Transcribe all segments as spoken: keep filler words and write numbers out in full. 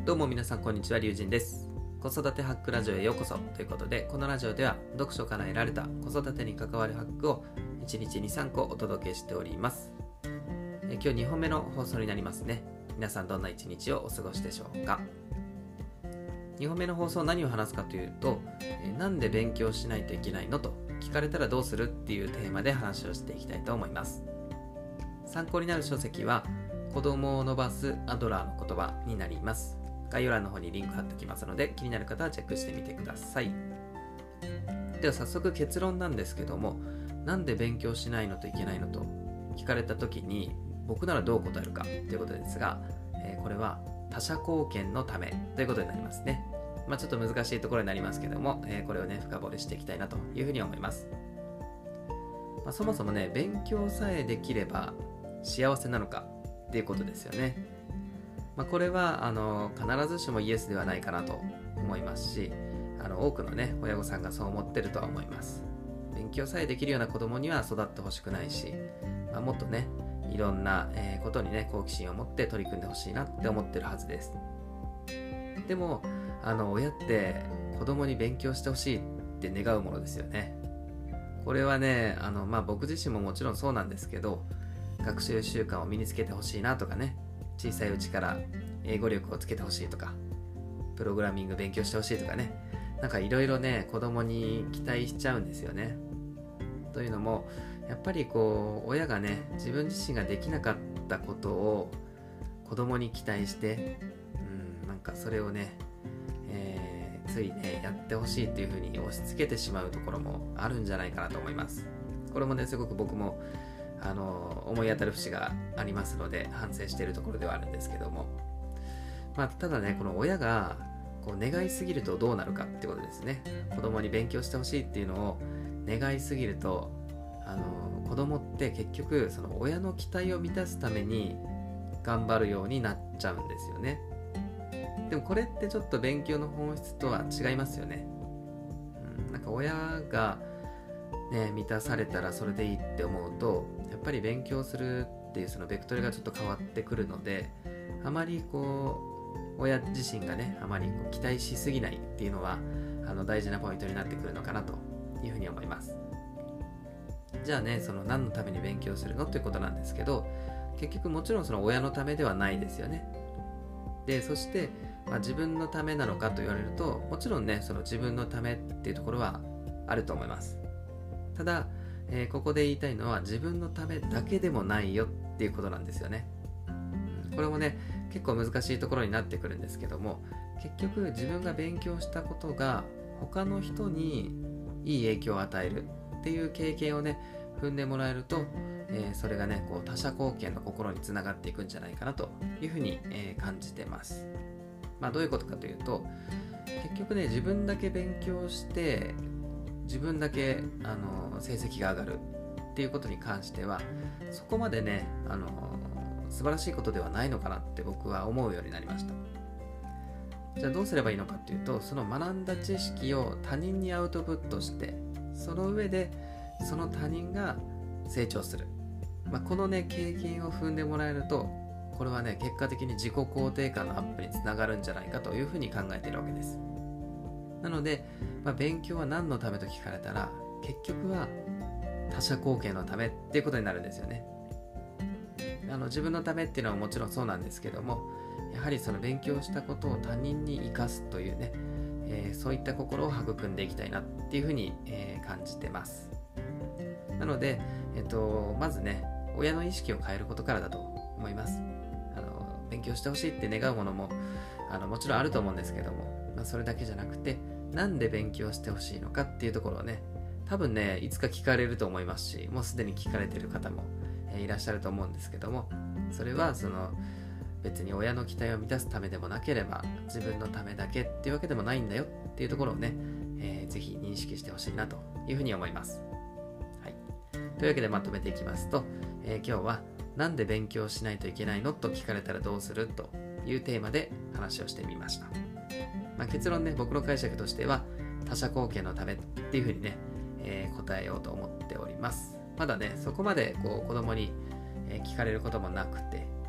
どうも皆さんこんにちは、りゅうじんです。子育てハックラジオへようこそということで、このラジオでは読書から得られた子育てに関わるハックをいちにちに、さんこお届けしております。え今日にほんめの放送になりますね。皆さんどんな一日をお過ごしでしょうか。にほんめの放送、何を話すかというと、えなんで勉強しないといけないのと聞かれたらどうするっていうテーマで話をしていきたいと思います。参考になる書籍は子供を伸ばすアドラーの言葉になります。概要欄の方にリンク貼っておきますので、気になる方はチェックしてみてください。では早速結論なんですけども、なんで勉強しないのといけないのと聞かれた時に僕ならどう答えるかということですが、えー、これは他者貢献のためということになりますね。まあちょっと難しいところになりますけども、えー、これをね深掘りしていきたいなというふうに思います。まあ、そもそもね、勉強さえできれば幸せなのかっていうことですよね。まあ、これはあの必ずしもイエスではないかなと思いますし、あの多くのね親御さんがそう思ってるとは思います。勉強さえできるような子供には育ってほしくないし、まあ、もっとねいろんな、えー、ことにね好奇心を持って取り組んでほしいなって思ってるはずです。でもあの親って子供に勉強してほしいって願うものですよね。これはねあの、まあ、僕自身ももちろんそうなんですけど、学習習慣を身につけてほしいなとかね、小さいうちから英語力をつけてほしいとか、プログラミング勉強してほしいとかね、なんかいろいろね子供に期待しちゃうんですよね。というのもやっぱりこう親がね自分自身ができなかったことを子供に期待して、うん、なんかそれをね、えー、ついねやってほしいっていうふうに押し付けてしまうところもあるんじゃないかなと思います。これもねすごく僕もあの思い当たる節がありますので反省しているところではあるんですけども、まあ、ただねこの親がこう願いすぎるとどうなるかってことですね。子供に勉強してほしいっていうのを願いすぎると、あの子供って結局その親の期待を満たすために頑張るようになっちゃうんですよね。でもこれってちょっと勉強の本質とは違いますよね。うん、なんか親がね、満たされたらそれでいいって思うと、やっぱり勉強するっていうそのベクトルがちょっと変わってくるので、あまりこう親自身がねあまりこう期待しすぎないっていうのはあの大事なポイントになってくるのかなというふうに思います。じゃあね、その何のために勉強するのっていうことなんですけど、結局もちろんその親のためではないですよね。でそして、まあ、自分のためなのかと言われると、もちろんねその自分のためっていうところはあると思います。ただ、えー、ここで言いたいのは自分のためだけでもないよっていうことなんですよね。これもね結構難しいところになってくるんですけども、結局自分が勉強したことが他の人にいい影響を与えるっていう経験をね踏んでもらえると、えー、それがねこう他者貢献の心につながっていくんじゃないかなというふうに、えー、感じてます。まあどういうことかというと、結局ね自分だけ勉強して自分だけあの成績が上がるっていうことに関してはそこまでねあの素晴らしいことではないのかなって僕は思うようになりました。じゃあどうすればいいのかっていうと、その学んだ知識を他人にアウトプットして、その上でその他人が成長する、まあ、このね経験を踏んでもらえると、これはね結果的に自己肯定感のアップにつながるんじゃないかというふうに考えているわけです。なので、まあ、勉強は何のためと聞かれたら、結局は他者貢献のためっていうことになるんですよね。あの自分のためっていうのはもちろんそうなんですけども、やはりその勉強したことを他人に生かすというね、えー、そういった心を育んでいきたいなっていうふうに、えー、感じてます。なので、えっと、まずね親の意識を変えることからだと思います。あの勉強してほしいって願うものもあのもちろんあると思うんですけども、まあ、それだけじゃなくて、なんで勉強してほしいのかっていうところをね、多分ねいつか聞かれると思いますし、もうすでに聞かれている方も、えー、いらっしゃると思うんですけども、それはその別に親の期待を満たすためでもなければ、自分のためだけっていうわけでもないんだよっていうところをね、えー、ぜひ認識してほしいなというふうに思います。はい、というわけでまとめていきますと、えー、今日はなんで勉強しないといけないのと聞かれたらどうするというテーマで話をしてみました。まあ、結論ね、僕の解釈としては他者貢献のためっていうふうにね、えー、答えようと思っております。まだねそこまでこう子供に、えー、聞かれることもなくて、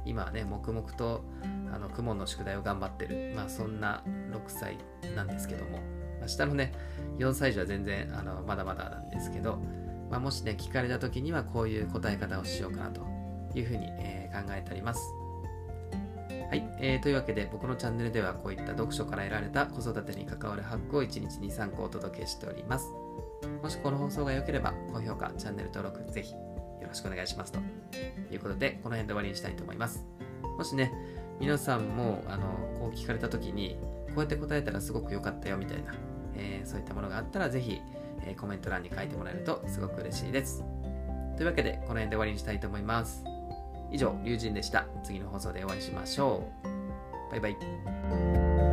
今はね黙々とあの公文の宿題を頑張ってる、まあそんなろくさいなんですけども、まあ、下のねよんさい児は全然あのまだまだなんですけど、まあ、もしね聞かれた時にはこういう答え方をしようかなというふうに、えー、考えております。はい、えー、というわけで僕のチャンネルではこういった読書から得られた子育てに関わるハックをいちにちに、さんこお届けしております。もしこの放送が良ければ高評価、チャンネル登録ぜひよろしくお願いしますということで、この辺で終わりにしたいと思います。もしね皆さんもあのこう聞かれた時にこうやって答えたらすごく良かったよみたいな、えー、そういったものがあったらぜひ、えー、コメント欄に書いてもらえるとすごく嬉しいです。というわけでこの辺で終わりにしたいと思います。以上、龍神でした。次の放送でお会いしましょう。バイバイ。